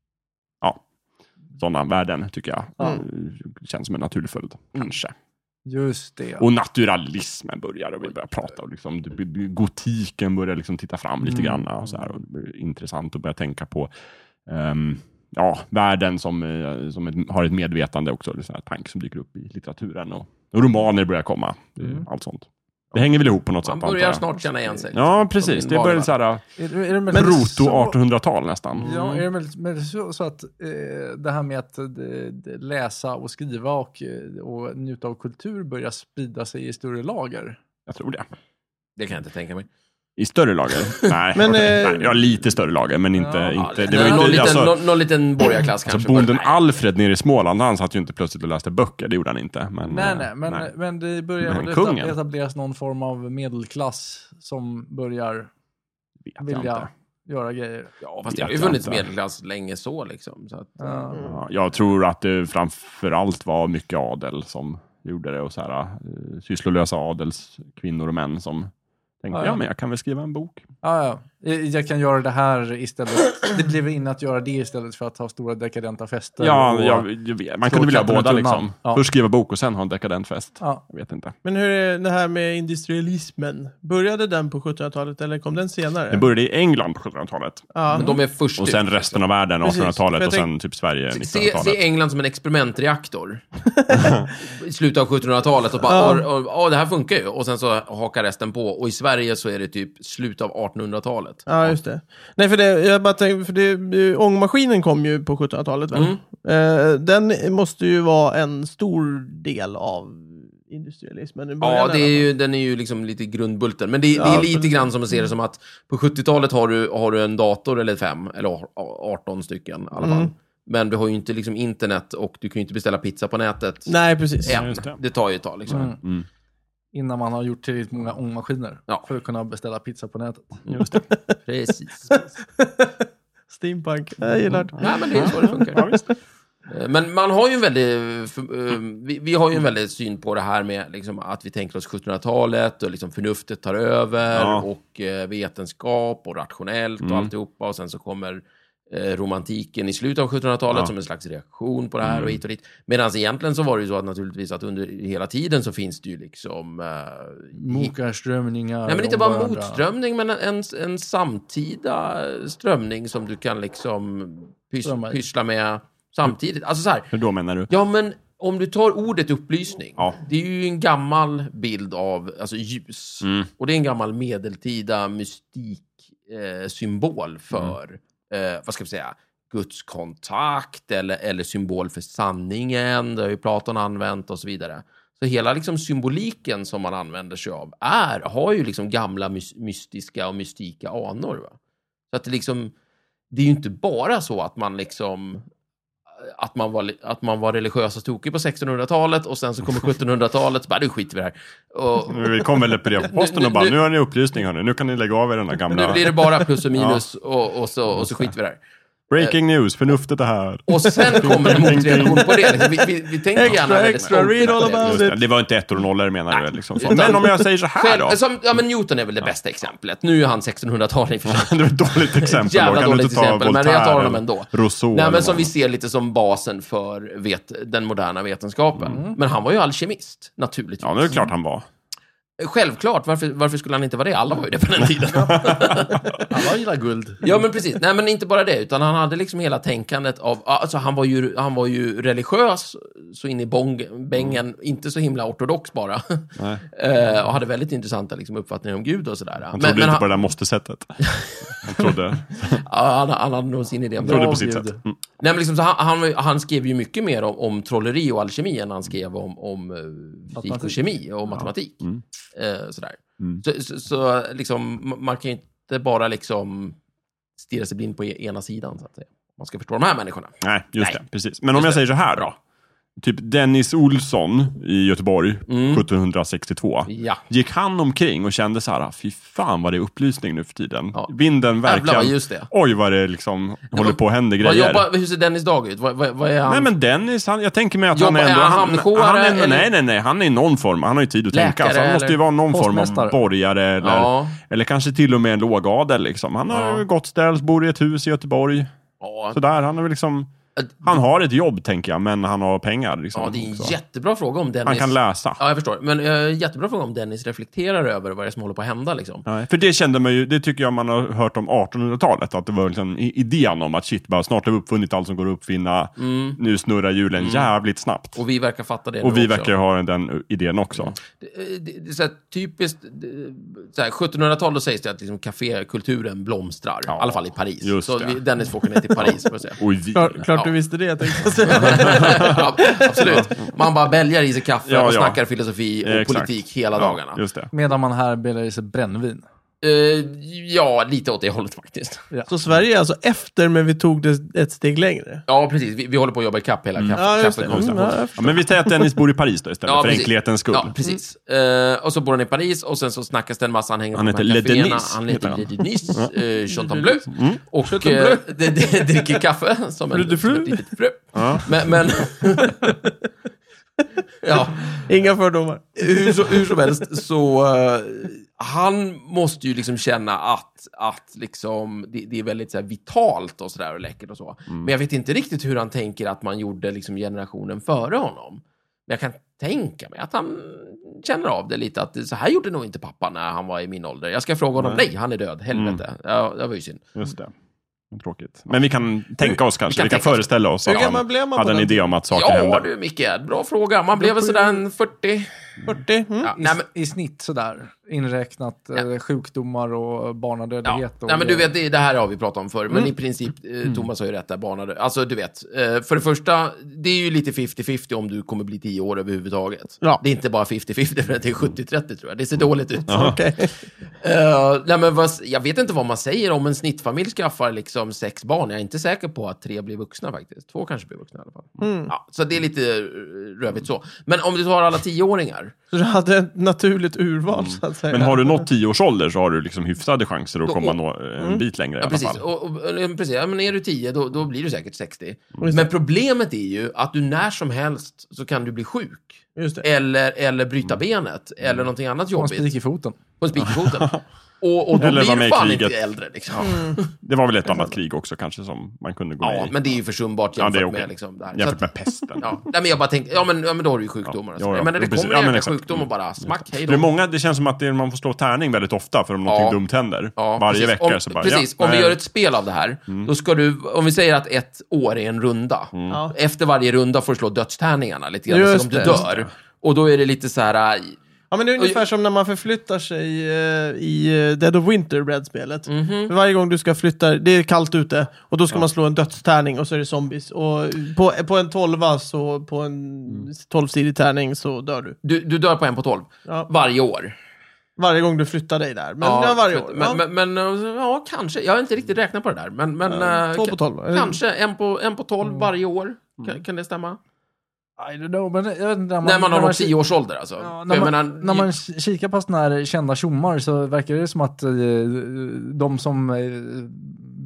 D: ja, sådana värden tycker jag
A: Ja.
D: eh, känns som en naturlig följd, kanske.
A: Just det.
D: Och naturalismen börjar och vi börjar prata och liksom, det blir- gotiken börjar liksom titta fram lite
A: Mm.
D: grann och så här, och det blir intressant att börja tänka på ehm, ja, världen som, eh, som ett, har ett medvetande också, det är så här tanke som dyker upp i litteraturen och, och romaner börjar komma, det är
A: Mm.
D: allt sånt. Det hänger väl ihop på något
B: Man
D: sätt, antar
B: börjar
D: jag.
B: snart känna igen sig.
D: Ja, precis.
B: Som
D: Det
B: din
D: börjar
B: vardag.
D: så här
A: Är, det- är det möjligt
D: proto
A: så-
D: artonhundratal nästan.
A: Ja, är det möjligt, men så, så att eh, det här med att eh, d- läsa och skriva och, eh, och njuta av kultur börjar sprida sig i större lager?
D: Jag tror det.
B: Det kan jag inte tänka mig.
D: I större lager? Nej,
C: Men, eh,
D: nej, ja, lite större lager, men inte...
A: Ja,
D: inte
B: det
D: det var
B: någon,
D: inte
B: liten,
D: alltså,
B: någon, någon liten borgarklass
D: alltså,
B: kanske.
D: bonden
B: Nej.
D: Alfred nere i Småland, han satt ju inte plötsligt och läste böcker, det gjorde han inte. Men,
A: Nej,
D: eh,
A: nej, men,
D: nej.
A: men det börjar
D: Men
A: väl
D: kungen?
A: etableras någon form av medelklass som börjar
D: Vet jag
A: vilja
D: inte.
A: göra grejer.
B: Ja, fast det har ju
D: Vet jag
B: funnits
D: inte.
B: medelklass länge så liksom. Så att,
A: Ja.
D: Ja, jag tror att det framförallt var mycket adel som gjorde det och så här, uh, sysslolösa adelskvinnor och män som tänkte,
A: Ja,
D: ja,
A: ja.
D: men jag kan väl skriva en bok.
A: Ja, ja. Jag kan göra det här istället. Det blev inne att göra det istället för att ha stora dekadenta fester.
D: Ja,
A: och,
D: jag, jag, vet. man
A: slå
D: kunde vilja
A: katten med
D: båda
A: tunnan.
D: liksom.
A: Ja.
D: Först skriva bok och sen ha en dekadent fest.
A: Ja.
D: Jag vet inte.
C: Men hur är det här med industrialismen? Började den på sjuttonhundratalet eller kom den senare?
D: Det började i England på sjuttonhundratalet.
C: Ja.
B: Men de är först
D: Och
B: ut,
D: sen
B: liksom.
D: resten av världen,
C: Precis,
D: artonhundratalet
C: för jag
D: och sen typ Sverige,
B: Se,
D: nittonhundratalet.
B: se England som en experimentreaktor. I slutet av sjuttonhundratalet och bara,
C: Ja.
B: ja, ja, det här funkar ju. Och sen så hakar resten på. Och i Sverige så är det typ slutet av artonhundratalet.
C: Ja, just det. Nej, för det, jag bara tänkte, för det, ångmaskinen kom ju på sjuttonhundratalet väl?
B: Mm.
C: Eh, den måste ju vara en stor del av industrialismen. i början
B: Ja,
C: i
B: det
C: alla
B: är
C: fall.
B: ju, den är ju liksom lite grundbulten. Men det, det
C: Ja,
B: är lite
C: precis.
B: grann som att se det som att på sjuttiotalet har du, har du en dator eller fem, eller arton stycken i alla fall.
C: Mm.
B: Men du har ju inte liksom internet och du kan ju inte beställa pizza på nätet
C: Nej, precis.
B: än.
D: just det.
B: Det tar ju ett tag liksom.
A: Mm.
D: Mm.
A: Innan man har gjort tillräckligt många ångmaskiner
B: Ja.
A: för att kunna beställa pizza på nätet.
D: Just det.
B: Precis.
C: Steampunk. Jag gillar det.
B: Nej, men det är så det funkar. Eh, Men man har ju en väldigt, för, eh, vi, vi har ju en väldigt syn på det här med liksom, att vi tänker oss sjuttonhundratalet och liksom förnuftet tar över
D: Ja.
B: och eh, vetenskap och rationellt
D: Mm.
B: och alltihopa och sen så kommer eh, romantiken i slutet av sjuttonhundratalet
D: Ja.
B: som en slags reaktion på det här
D: Mm.
B: och hit och dit. Medan egentligen så var det ju så att naturligtvis att under hela tiden så finns det ju liksom eh,
A: Mokarströmningar.
B: Nej, men inte
A: om
B: bara
A: varandra.
B: motströmning, men en, en samtida strömning som du kan liksom pys,
A: Strömmar i.
B: pyssla med samtidigt. Alltså så här,
D: Hur då menar du?
B: ja men om du tar ordet upplysning,
D: Ja.
B: det är ju en gammal bild av alltså ljus.
D: Mm.
B: Och det är en gammal medeltida mystik eh, symbol för, eh, vad ska vi säga, Guds kontakt eller, eller symbol för sanningen. Det har ju Platon använt och så vidare. Så hela liksom symboliken som man använder sig av är, har ju liksom gamla mys- mystiska och mystika anor. Va? Så att det liksom, det är ju inte bara så att man liksom att man var, att man var religiös och tokig på sextonhundratalet och sen så kommer sjuttonhundratalet så bara, nu skiter vi det här. Och,
D: Vi kom väl upp på det på posten och bara,
B: Nu-
D: nu har ni upplysning hörni, nu kan ni lägga av er den där
B: nu
D: gamla...
B: blir det bara plus och minus och, och, så, och så skiter vi där.
D: Breaking news, förnuftet är här.
B: Och sen kommer en motreaktion på det. Liksom, vi, vi, vi tänker
C: Extra,
B: gärna väldigt
C: extra,
B: stolt
C: read all
B: på det.
C: about
D: Just
C: it.
D: det. det var inte ettor och nollor menar du liksom. Så.
B: Utan-
D: Men om jag säger så här
B: Själv,
D: då.
B: som, ja, men Newton är väl det bästa exemplet. Nu är han sextonhundratalet i och för sig.
D: Det var ett dåligt exempel.
B: Jävla
D: då. Kan du
B: dåligt
D: inte ta
B: exempel, men
D: Voltaire
B: jag tar honom
D: eller
B: ändå.
D: Rousseau
B: Nej,
D: eller
B: men som
D: någon.
B: vi ser lite som basen för vet, den moderna vetenskapen. Men han var ju alkemist, naturligtvis.
D: Ja, det är klart han var.
B: Självklart, varför, varför skulle han inte vara det? Alla var ju det på den tiden.
A: Alla gillar guld.
B: Ja, men precis. Nej, men inte bara det, utan han hade liksom hela tänkandet av, alltså han var ju, han var ju religiös så in i bong, bängen, mm. inte så himla ortodox bara.
D: Nej.
B: uh, och hade väldigt intressanta liksom, uppfattningar om Gud och sådär.
D: Han trodde inte han, på det där måste-sättet. Han trodde...
B: ja, han, han hade nog sin idé.
D: Han trodde på sitt sätt. Mm.
B: Nej, men liksom, så han, han, han skrev ju mycket mer om, om trolleri och alkemi än han skrev om, om uh, fysik och kemi och matematik. Ja. Mm. Uh, sådär. Mm. Så, så, så liksom, man kan ju inte bara liksom stirra sig blind på ena sidan, så att säga. Man ska förstå de här människorna.
D: Nej, just
B: Nej.
D: det. Precis. Men om jag säger så här då. Typ Dennis Olsson i Göteborg mm. sjuttonhundrasextiotvå.
B: Ja.
D: Gick han omkring och kände så här, fy fan vad det är upplysning nu för tiden.
B: Ja.
D: Vinden verkligen...
B: Jävlar, just det.
D: Oj vad det liksom det håller
B: var,
D: på att hända
B: vad
D: grejer.
B: Jobbar, hur ser Dennis dag ut? Vad, vad, vad är han?
D: Nej men Dennis, han, jag tänker mig att
B: jobbar,
D: han är ändå...
B: Är han,
D: han,
B: hamnkåre,
D: han är,
B: eller?
D: Nej, nej, nej. Han är i någon form. Han har ju tid att
B: Läkare,
D: tänka. Så han måste ju vara någon form av borgare. Eller,
B: ja.
D: eller kanske till och med en lågadel liksom. Han har
B: ja.
D: gått ställs, bor i ett hus i Göteborg.
B: Ja.
D: Sådär, han är väl liksom... Han har ett jobb, tänker jag, men han har pengar. Liksom,
B: ja, det är en
D: också.
B: jättebra fråga om Dennis...
D: Han kan läsa.
B: Ja, jag förstår. Men uh, jättebra fråga om Dennis reflekterar över vad det är som håller på att hända. Liksom.
D: Nej, för det kände man ju, det tycker jag man har hört om artonhundratalet, att det var liksom idén om att shit, bara snart har vi uppfunnit allt som går att uppfinna. Mm. Nu snurrar hjulen mm. jävligt snabbt.
B: Och vi verkar fatta det.
D: Och vi
B: också.
D: verkar ha den idén också. Mm.
B: Det, det, det är så här, typiskt, så här, sjuttonhundratalet då sägs det att liksom, kafékulturen blomstrar. Ja. I alla fall i Paris.
D: Just
B: så
D: det.
B: Vi, Dennis får åka ner till Paris. För att säga.
D: Oj, vi...
C: Klart, klart
B: ja.
C: du visste det, jag tänkte.
B: Ja, absolut. Man bara bälgar i sig kaffe
D: ja,
B: och
D: ja.
B: snackar filosofi och
D: Exakt.
B: politik hela
D: ja,
B: dagarna.
D: Just det.
A: Medan man här bälgar i sig brännvin.
B: Uh, ja, lite åt det hållet faktiskt.
A: Ja.
C: Så Sverige är alltså efter, men vi tog det ett steg längre.
B: Ja, precis. Vi, vi håller på att jobba i kapp hela
D: Mm.
B: kaffe.
C: Ja, just det.
B: kaffekonsten.
C: Mm, ja,
D: Ja, men vi säger att Dennis bor i Paris då istället,
B: Ja,
D: för
B: precis.
D: enkelhetens skull.
B: Ja, precis. Uh, och så bor han i Paris och sen så snackas det en massa. Han hänger
D: Han
B: på
D: heter
B: de här
D: Le
B: kaféerna.
D: Denis.
B: Han heter Le Denis. uh, Chanton
D: Mm.
B: Bleu. Och uh, det, det dricker kaffe som, en, som ett litet frö.
D: Ja.
B: Men... men ja.
C: Inga fördomar.
B: Hur, så, hur som helst så uh, han måste ju liksom känna att, att liksom, det, det är väldigt så här, vitalt och sådär och läckert och så. Mm. Men jag vet inte riktigt hur han tänker att man gjorde liksom, generationen före honom. Men jag kan tänka mig att han känner av det lite, att så här gjorde nog inte pappa när han var i min ålder. Jag ska fråga honom, nej, nej han är död, helvete. Mm. Ja, det var ju synd.
D: Just det. Tråkigt. Men vi kan tänka oss kanske, vi kan, vi kan föreställa oss
C: hur
D: att han hade en idé om att saker
B: ja,
D: hände.
B: Ja du Micke, bra fråga. Man blev väl sådär en fyrtio.
C: fyrtio? Mm.
B: Ja,
A: I,
B: nej, men,
A: I snitt sådär, inräknat
B: ja.
A: eh, sjukdomar och barnadödlighet.
B: Ja.
A: Och
B: nej, men du vet, det, det här har vi pratat om förr. Men
C: Mm.
B: i princip, eh, Thomas har ju rätt där, barnadöd. Alltså du vet, eh, för det första, det är ju lite femtio femtio om du kommer bli tio år överhuvudtaget.
C: Ja.
B: Det är inte bara femtio femtio för att det är sjuttio trettio tror jag. Det ser dåligt ut.
C: Okej.
B: Uh, nej, men vad, jag vet inte vad man säger om en snittfamilj skaffar liksom sex barn. Jag är inte säker på att tre blir vuxna faktiskt. Två kanske blir vuxna i alla fall.
C: Mm.
B: Ja, så det är lite uh, rövigt så. Men om du tar alla tioåringar.
C: Så du hade ett naturligt urval, så att säga.
D: Men har du nått tio års ålder så har du liksom hyfsade chanser att
B: Då-
D: komma nå, en
C: Mm.
D: bit längre i
B: Ja,
D: alla
B: precis.
D: fall.
B: Och, och, och, precis. Ja, men är du tio, då, då blir du säkert sextio.
C: Just
B: Men
C: det.
B: problemet är ju att du när som helst så kan du bli sjuk.
C: Just det.
B: Eller, eller bryta benet. Eller någonting annat
A: Få en spik
B: jobbigt.
A: i foten.
B: På en spik i foten. Och, och då
D: Eller
B: blir
D: vara
B: du
D: med i
B: fan
D: kriget.
B: inte äldre. Liksom.
D: Det var väl ett annat krig också kanske som man kunde gå
B: Ja,
D: med i.
B: men det är ju försumbart
D: Ja,
B: jämfört
D: det är okej.
B: med liksom, det här. Så
D: Jämfört
B: att-
D: med pesten.
B: Ja, nej, men jag bara tänkte, ja men, ja men då har du ju sjukdomar.
D: Ja,
B: Ja,
D: ja, ja.
B: men när det
D: Precis.
B: kommer
D: Ja,
B: en
D: men
B: jäkla
D: exakt.
B: sjukdom och bara smack, hej
D: För det, är
B: då.
D: många, det känns som att det, man får slå tärning väldigt ofta för om någonting
B: Ja.
D: dumt händer.
B: Ja,
D: Varje
B: precis.
D: vecka
B: om,
D: så bara...
B: Precis,
D: ja,
B: om vi
D: nej.
B: gör ett spel av det här, då ska du, om vi säger att ett år är en runda.
C: Ja.
B: Efter varje runda får du slå dödstärningarna lite grann,
C: Just
B: så om du
C: det, just
B: dör. Och då är det lite så här... äh,
C: Ja, men det är ungefär som när man förflyttar sig eh, i eh, Dead of Winter, bredspelet.
B: Mhm.
C: För varje gång du ska flytta, det är kallt ute, och då ska man slå en dödstärning och så är det zombies. Och på, på en tolva, så på en tolvsidig tärning så dör du.
B: Du, du dör på en på tolv.
C: Ja.
B: Varje år.
C: Varje gång du flyttar dig där. Men ja, varje
B: för-
C: år.
B: Men,
C: ja.
B: men, men, ja, kanske. Jag har inte riktigt räknat på det där. Men, men,
C: Ja,
B: äh,
C: två
B: ka-
C: på tolv. Eller-
B: Kanske en på, en på tolv varje år. Kan, kan det stämma?
A: I don't know, men jag vet inte, när man,
B: När man har
A: när
B: nått tio års ålder alltså.
A: Ja,
B: För
A: när,
B: jag
A: man,
B: menar,
A: när man kikar på såna här kända tjommar så verkar det som att eh, de som eh,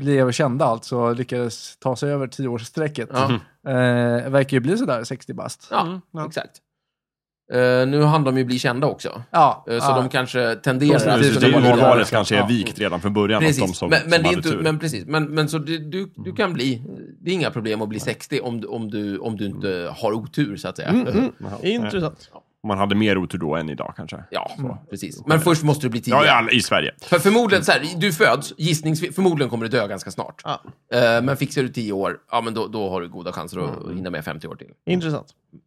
A: blev kända alltså, lyckades ta sig över tioårssträcket.
B: Ja.
A: Eh, verkar ju bli sådär sextio bast.
B: Ja,
D: Mm, ja.
B: exakt. Uh, nu hann de ju bli kända också.
A: Ja,
B: Uh, så
A: ja.
B: de kanske tenderar
A: De
B: att
A: precis,
B: kunna
D: det är
B: vara
D: ju
B: ledare.
D: valet kanske är
A: Ja.
D: vikt redan från början.
B: Precis,
D: Att de som,
B: men,
D: som
B: men, det är
D: hade
B: inte,
D: tur.
B: men precis, men, men så du, du, du kan bli, det är inga problem att bli sextio om, du- om, du, om du inte har otur så att säga.
C: Mm, mm.
D: Jaha.
C: Intressant.
D: Man hade mer otur då än idag kanske.
B: Ja, så, precis. Men först måste du bli tio.
D: Ja, i, all, i Sverige.
B: För förmodligen, så här, du föds, gissningsvis, förmodligen kommer du dö ganska snart.
C: Ja.
B: Eh, men fixar du tio år, ja men då, då har du goda chanser att hinna med femtio år till.
C: Intressant.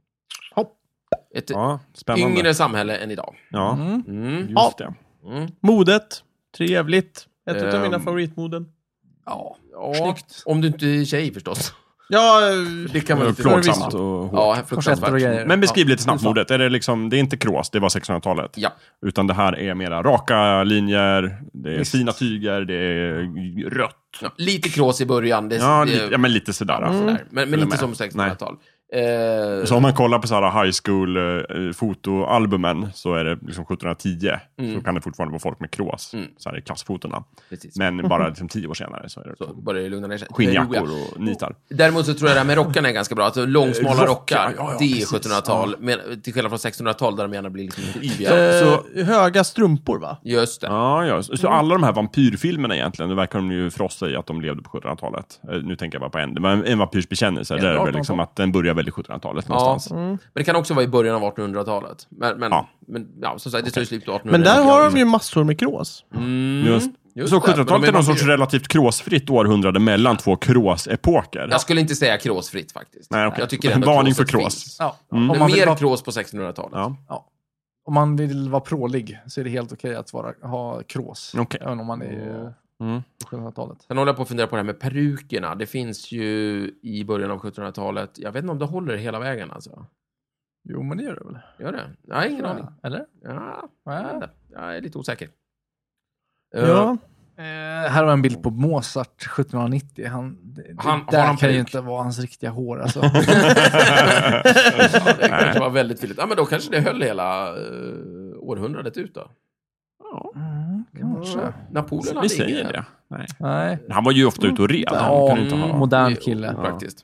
B: Ett
D: Ja, spännande.
B: yngre samhälle än idag.
D: Ja,
A: Mm.
B: Mm.
D: just
C: Ja.
D: det.
B: Mm.
C: Modet. Trevligt. Ett av
B: Ehm.
C: mina favoritmoden.
A: Ja,
B: Ja,
A: snyggt.
B: om du inte är tjej förstås.
C: Ja,
B: Det kan man
D: Det
B: inte...
D: var plågsamt och hårt.
B: Ja,
A: Korsetter och
B: fruktansvärt.
A: grejer.
D: Men beskriv lite snabbt
A: Ja.
D: modet. Är det, liksom, det är inte krås, det var sextonhundratalet.
B: Ja.
D: Utan det här är mera raka linjer, det är
A: Visst.
D: fina tyger, det är rött.
B: Ja, lite krås i början. Det,
D: Ja,
B: det,
D: lite, ja men lite sådär.
B: sådär. Men, men
D: Eller
B: inte
D: med.
B: som sextonhundratal. Eh,
D: Så om man kollar på så här high school eh, fotoalbumen så är det liksom sjuttonhundratio.
B: Mm.
D: Så kan det fortfarande vara folk med krås.
B: Mm.
D: Så här i klassfotona.
B: precis.
D: Men bara liksom tio år senare så är det
B: Så börjar det lugna ner sig.
D: skinnjackor
B: Det är roliga.
D: och nitar.
B: Däremot så tror jag det här med rockarna är ganska bra. Alltså, långsmala
D: Rockar,
B: rockar,
D: ja, ja,
B: det är
D: precis.
B: sjuttonhundratal. Men, till skillnad från sextonhundratal där de gärna blir liksom lite yviga.
C: eh,
D: så-
C: höga strumpor va?
B: Just det.
D: Ja, ja. Så alla de här vampyrfilmerna egentligen, det verkar de ju frossa i att de levde på sjuttonhundratalet. Eh, Nu tänker jag bara på en. Det var en, en vampyrs bekännelse.
A: Ja,
D: Där är det väl
A: artonhundratal.
D: liksom att den börjar väl i sjuttonhundratalet
B: Ja.
D: någonstans.
C: Mm.
B: Men det kan också vara i början av artonhundratalet. Men, men,
D: Ja.
B: men ja, som sagt, det står ju slut på
C: Men
B: artonhundratalet.
C: där har de ju massor med krås.
B: Mm,
D: Just.
B: just
D: Så
B: det,
D: sjuttonhundratalet
B: men de
D: är någon sorts
B: vampyrer.
D: relativt kråsfritt århundrade mellan två kråsepoker.
B: Jag skulle inte säga kråsfritt faktiskt.
D: Nej, okej.
B: Jag tycker
D: En
B: ändå
D: varning
B: kråset
D: för krås.
B: finns.
A: Ja.
D: Mm.
A: Om,
B: Det
A: man
B: är
A: vill
B: mer
A: vara,
B: krås på sextonhundratalet.
D: Ja.
A: om man vill vara prålig så är det helt okej att vara, ha krås.
D: Okej.
A: Även om man är
D: Mm.
A: på sjuttonhundratalet.
B: Sen håller jag på att fundera på det här med perukerna. Det finns ju i början av sjuttonhundratalet. Jag vet inte om det håller hela vägen alltså.
A: Jo, men det gör det väl?
B: Gör det? Jag har ingen aning.
A: Eller?
B: Ja, jag vet
A: Ja.
B: inte. Jag är lite osäker.
C: Ja.
A: Eh, här har jag en bild på Mozart sjuttonhundranittio. Han, det,
B: Han-
A: det där
B: har han
A: kan ju
B: peruk?
A: inte vara hans riktiga hår alltså.
B: Ja, det kanske var väldigt fylligt. Ja, men då kanske det höll hela uh, århundradet ut då.
A: Mm, kanske.
B: Napoleon
D: Vi
B: hade
D: säger
B: inga-
D: det. Nej.
A: Nej.
D: Han var ju ofta ute och red. Han
A: Ja,
D: kunde inte ha...
B: Mm,
A: modern
B: det är
A: kille.
B: Praktiskt.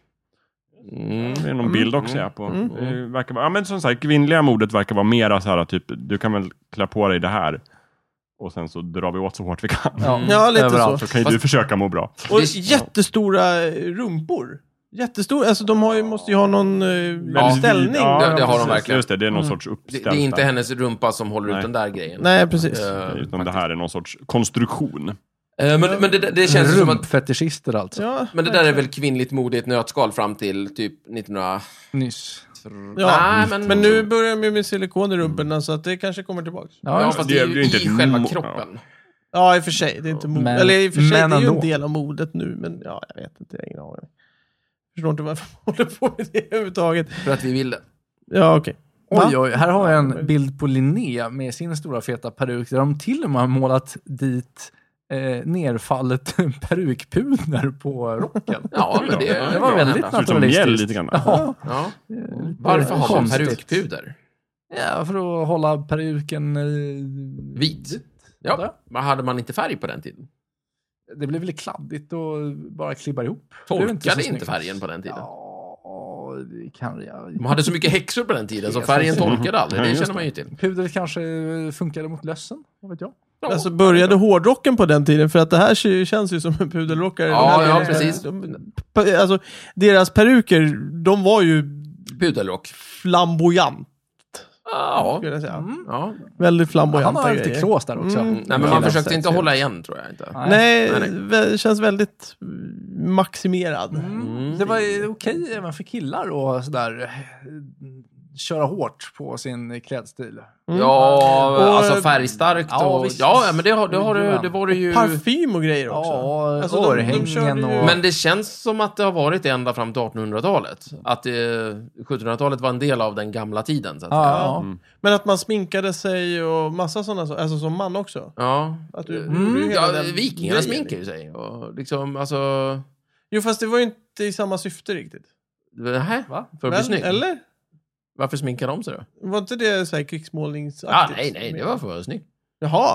B: Mm.
D: Det är någon bild också jag på.
C: Mm.
D: Det verkar vara, ja, men som sagt, kvinnliga modet verkar vara mera så här typ, du kan väl klä på dig det här och sen så drar vi åt så hårt vi kan.
A: Ja,
C: Ja, lite
A: överallt.
D: Så kan ju
B: Fast-
D: du försöka må bra.
C: Och
B: Det-
C: jättestora rumpor. Jättestora, alltså de har ju, måste ju ha någon uh, ställning.
D: Ja,
B: Det- det har de
D: precis.
B: verkligen.
D: Just det, det är någon
A: Mm.
D: sorts
B: Det,
D: uppställt.
B: det är inte
D: där.
B: hennes rumpa som håller
D: Nej.
B: ut den där grejen.
C: Nej, precis.
B: Eh,
D: Utan det
B: faktiskt.
D: här är någon sorts konstruktion.
B: Eh, men, men det, det känns ju som att...
A: Rumpfetischister alltså.
C: Ja,
B: Men det där är väl kvinnligt mode i ett nötskal fram till typ nittonhundra...
A: Nyss.
C: Ja,
B: Nej, men...
C: men nu börjar de ju med silikon i rumporna så att det kanske kommer tillbaks.
A: Ja,
B: Ja,
A: just
B: fast
D: det
B: det är
D: blir
B: ju
D: inte
B: i
D: ett
B: själva
D: mo-
B: kroppen.
C: Ja, i och för sig. Det är inte mod.
A: Men-
C: Eller i och för sig,
A: men
C: det är ju en
A: ändå.
C: del av modet nu. Men ja, jag vet inte. Jag har ingen aning. Jag förstår inte varför man håller på med det överhuvudtaget.
B: För att vi vill det.
C: Ja, okej. Va?
A: Oj, oj, här har jag en bild på Linné med sin stora feta peruk där de till och med har målat dit eh, nerfallet perukpuder på rocken.
B: Ja, men det,
A: Det var väldigt
B: bra.
D: Ser ut som mjäll
A: naturalistiskt.
D: lite grann.
A: Ja,
B: Ja.
A: lite
B: Varför har man
A: konstigt.
B: perukpuder?
A: Ja, för att hålla peruken eh,
B: Vit. Ja, men hade man inte färg på den tiden?
A: Det blir väl kladdigt och bara klibbar ihop. Det är väl
B: Torkade
A: så
B: inte,
A: snyggt.
B: färgen på den tiden?
A: Ja, det kan jag.
B: De hade så mycket häxor på den tiden så
A: Jag
B: färgen
A: tror-
B: torkade aldrig.
D: Ja,
B: Det
D: just
B: känner
D: det.
B: man ju till.
A: Pudret kanske funkade mot lössen, vad vet jag.
B: Ja.
C: Alltså började hårdrocken på den tiden? För att det här ser- känns ju som en pudelrockare.
B: Ja,
C: Den här
B: ja,
C: delen.
B: precis.
C: De, alltså, deras peruker, de var ju
B: Pudelrock.
C: flamboyant.
B: Ja.
C: Skulle jag säga.
A: Mm.
B: Ja.
C: Väldigt
A: Han
C: flamboyanta
A: har lite
C: grejer.
A: krås där också.
C: Mm.
B: Nej, men
C: Ja,
B: man
C: det
B: försökte
C: är
B: inte
C: så.
B: hålla igen, tror jag inte.
C: Nej,
B: Nej,
C: vä- känns väldigt maximerad.
A: Mm. Det var ju okej även för killar och sådär eh, köra hårt på sin klädstil.
C: Mm.
B: Ja,
C: Och-
B: alltså färgstarkt
A: Ja,
B: och...
A: visst.
B: Ja, men det, har, det, har, det, det var det ju...
C: Parfym och grejer också.
A: Ja,
C: Alltså, de- de
A: örhängen
C: körde ju-
A: och...
B: Men det känns som att det har varit ända fram till artonhundratalet. Att eh, sjuttonhundratalet var en del av den gamla tiden, så att säga.
A: Ja,
D: Mm.
C: Men att man sminkade sig och massa sådana saker, alltså som man också.
B: Ja.
C: Att du,
A: Mm,
C: gjorde ju hela
B: Ja,
C: den
B: vikingarna
C: grejen.
B: sminkar ju sig. Och liksom, alltså...
C: Jo, fast det var ju inte i samma syfte riktigt.
B: Nähä?
A: Va?
B: För att bli
C: Men,
B: snygg?
C: eller?
B: Varför sminkar de sig då?
C: Var inte det så här krigsmålningsaktigt?
B: Ja, nej, nej, det var för att vara snygg.
C: Jaha.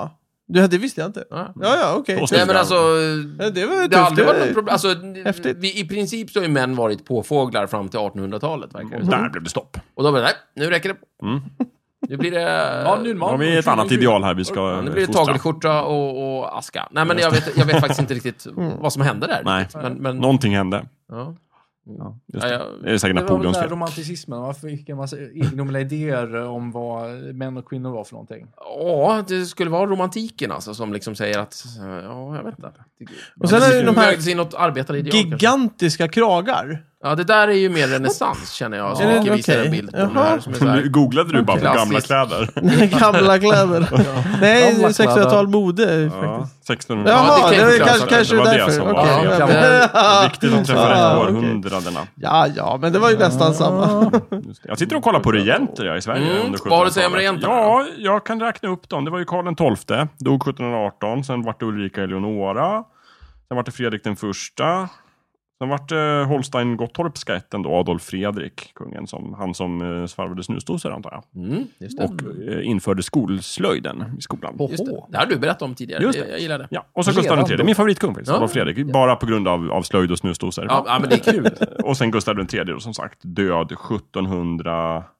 C: Ja, det visste jag inte.
B: Ja.
C: Ja, ja, okej.
D: Och så-
B: Nej, men alltså...
C: Ja, det var
B: Det har aldrig
C: tufft.
B: varit något problem. Alltså,
C: Häftigt.
B: vi, i princip så har ju män varit påfåglar fram till artonhundratalet, verkar det som.
D: Där blev det stopp.
B: Och då blev det, nej, nu räcker det.
D: Mm.
B: Nu blir det...
A: Ja, nu är
D: Då
A: man.
D: har vi ett annat ideal här vi ska
B: Ja, nu blir det
D: fostra.
B: tagelskjorta och, och aska. Nej, men jag vet, jag vet faktiskt inte riktigt vad som hände där.
D: Nej.
B: Men, men,
D: Någonting hände.
B: ja.
D: Ja, just
B: Ja,
D: det.
B: jag-
D: Det är säkert
A: Det var väl
D: Napoleons
A: den här
D: fel.
A: romanticismen. Varför fick en massa egendomliga idéer om vad män och kvinnor var för någonting?
B: Ja, det skulle vara romantiken alltså, som liksom säger att, ja, jag vet inte.
C: Och sen är det de här
B: vägdes in något arbetarideal kanske.
C: gigantiska kragar.
B: Ja, det där är ju mer renässans, känner jag. Så
C: Är det-
B: mycket visar
C: okej.
B: en bild på den
C: Jaha.
B: här som är så här.
D: Nu googlade du bara på gamla
B: Klassiskt.
D: kläder.
C: Gamla kläder. Nej,
A: Gamla
C: sextiotal mode
D: Ja,
C: faktiskt.
D: sextonhundra.
C: Jaha,
B: det kan
C: det,
B: jag
C: är
B: förklara.
C: kanske, kanske
D: Det var det
C: därför.
D: som var-
C: Okej,
A: Ja,
C: ja,
A: kan
C: men-
D: Viktigt att träffa
C: Ah,
D: rätt
C: okej.
D: århundradena.
C: ja, ja, men det var ju nästan samma.
D: Just det. Jag sitter och kollar på regenter ja, i Sverige
B: Mm,
D: under
B: vad har du att säga om
D: sjuttonhundratalet.
B: regenterna?
D: Ja, jag kan räkna upp dem. Det var ju Karl den tolfte, dog sjuttonhundraarton. Sen var det Ulrika Eleonora. Sen var det Fredrik den första. Sen var det Holstein Gottorpska ätten då, Adolf Fredrik, kungen, som, han som eh, svarvade snusdosor antar jag.
B: Mm, just det.
D: Och eh, införde skolslöjden i skolan.
B: Just det. Det har du berättat om tidigare.
D: Just
B: det.
D: det.
B: Jag gillar det.
D: Ja, och så
A: Redan
D: Gustav den tredje,
A: då?
D: min favoritkung faktiskt,
B: Ja.
D: Adolf Fredrik. Bara på grund av, av slöjd och snusdosor.
B: Ja, ja, men det är kul.
D: Och sen Gustav den tredje då, som sagt, död sjuttonhundranittiotvå.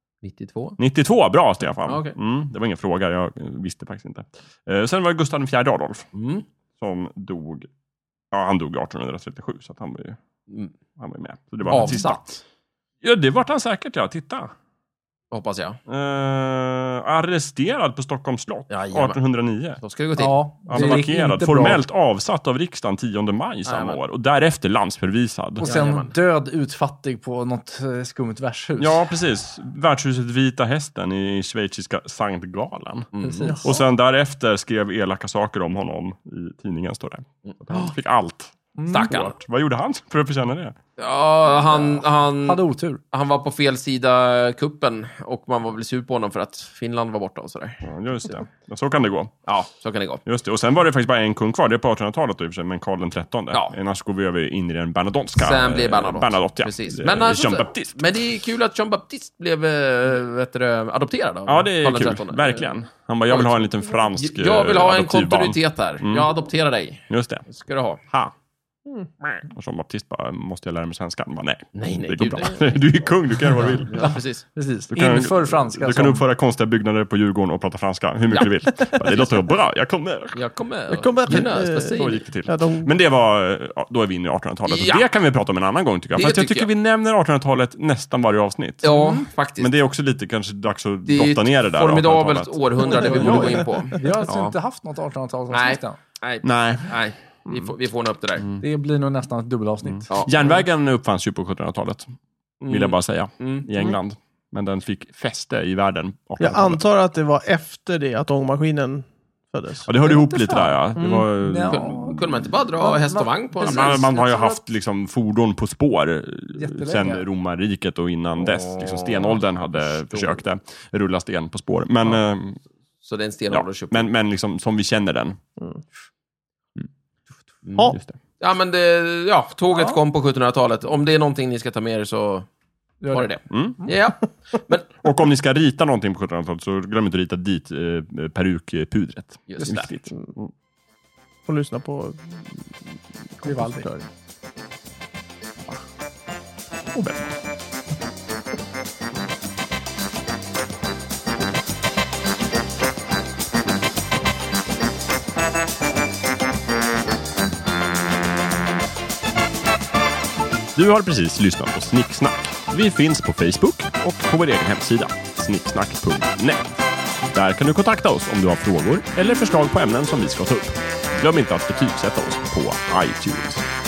B: nittiotvå.
D: Bra Stefan.
B: Ja, okej.
D: Mm, det var ingen fråga, jag visste faktiskt inte. Eh, sen var det Gustav den fjärde Adolf,
B: Mm.
D: som dog, ja han dog artonhundratrettiosju, så att han var ju,
B: Mm.
D: han var ju med. Så det var den sista.
B: Avsatt,
D: Ja, det var han säkert, ja. Titta.
B: hoppas jag.
D: Eh, arresterad på Stockholms slott
B: Jajamän.
D: artonhundraniio.
B: Då ska det gå till.
A: Ja,
D: Alltså
A: det gick
D: markerad,
A: inte bra.
D: formellt avsatt av riksdagen tionde maj samma
B: Jajamän.
D: år. Och därefter landsförvisad.
A: Och sen
B: Jajamän.
A: död utfattig på något eh, skumt värdshus.
D: Ja, precis. Värdshuset Vita Hästen i schweiziska Sankt Gallen.
B: Mm.
A: Precis.
D: Och sen därefter skrev elaka saker om honom i tidningen, står det. Så att han fick allt.
B: Stackarn.
D: Vad gjorde han för att förtjäna det?
B: Ja, han, han,
A: Hade otur.
B: han var på fel sida kuppen och man var väl sur på honom för att Finland var borta och sådär.
D: Ja, just det. Ja, så kan det gå.
B: Ja, så kan det gå.
D: Just det. Och sen var det faktiskt bara en kung kvar. Det är på artonhundratalet då i och för sig, men Karl den trettonde.
B: Ja.
D: Annars går vi över in i den bernadotteska.
B: Sen blir
D: eh,
B: Bernadotte.
D: Bernadotte, ja.
B: Precis.
D: Eh,
B: Men, alltså,
D: Jean Baptiste.
B: men det är kul att Jean Baptiste blev äh, vet du, adopterad av
D: Ja, det är
B: Karl den
D: kul.
B: trettonde.
D: Verkligen. Han bara, jag vill ha en liten fransk
B: Jag vill ha
D: eh,
B: en
D: adoptivbarn.
B: kontinuitet här.
D: Mm.
B: Jag adopterar dig.
D: Just det.
B: Det ska du ha.
D: Ha. Och Jean Baptiste bara, måste jag lära mig svenska? Han bara, nej.
B: Nej, nej,
D: Det går
B: gud,
D: bra.
B: nej.
D: Du är kung, du kan göra vad du vill.
B: Ja, precis.
A: Precis.
D: Du kan-
A: Inför franska.
D: Du kan
A: som-
D: uppföra konstiga byggnader på Djurgården och prata franska hur mycket
B: Ja.
D: du vill. Ja, det låter bra, jag kommer.
B: Jag kommer.
C: Jag kommer till-
B: Gynnas,
C: eh,
B: vad säger
D: Så
B: ni?
D: gick det till.
C: Ja, de...
D: Men det var, ja, då är vi inne i artonhundratalet.
B: Ja.
D: Och det kan vi prata om en annan gång tycker jag.
B: Det
D: Fast jag
B: tycker
D: tycker
B: jag.
D: vi nämner artonhundratalet nästan varje avsnitt.
B: Ja, faktiskt.
D: Men det är också lite kanske dags att
B: det är
D: brotta ner det
B: ett
D: där.
B: formidabelt
D: artonhundratalet.
B: århundrade vi borde gå in på.
A: Vi har alltså
B: Ja.
A: inte haft något
B: Nej.
A: artonhundratalsavsnitt än.
B: Nej,
D: Nej.
B: nej. Vi får, vi får ordna upp det där.
A: Det blir nog nästan ett dubbelavsnitt.
B: Ja.
D: Järnvägen uppfanns ju på sjuttonhundratalet, vill jag bara säga,
B: Mm.
D: i England. Men den fick fäste i världen på
C: Jag
D: artonhundratalet.
C: antar att det var efter det att ångmaskinen föddes.
D: Ja, det hörde
A: Jag vet
D: ihop
A: inte
D: lite
A: fan.
D: där, ja. Det
C: Mm.
D: var,
A: Ja.
B: Kunde, kunde man inte bara dra
A: Men-
B: häst och
A: men-
B: vagn på en
A: precis.
D: man, man har ju
A: Jag tror
D: haft liksom fordon på spår
A: Jättelänge.
D: sen romarriket och innan
B: Åh,
D: dess. Liksom stenåldern hade
B: förstår.
D: försökte rulla sten på spår. Men,
B: Ja.
D: eh,
B: Så det är en
D: ja,
B: stenålder köpt.
D: men, men liksom som vi känner den.
B: Mm.
C: Ja.
D: Just det.
B: Ja, men det, ja, tåget
A: Ja.
B: kom på sjuttonhundratalet. Om det är någonting ni ska ta med er så
A: Gör
B: var det det.
D: Mm.
B: Ja, men
D: Och om ni ska rita någonting på sjuttonhundratalet så glöm inte att rita dit eh, perukpudret.
B: Just
D: det är
B: det.
D: viktigt. Mm.
C: Och lyssna på...
A: Vivaldi.
D: Och bäst. Du har precis lyssnat på Snicksnack. Vi finns på Facebook och på vår egen hemsida, snicksnack punkt net. Där kan du kontakta oss om du har frågor eller förslag på ämnen som vi ska ta upp. Glöm inte att betygsätta oss på iTunes.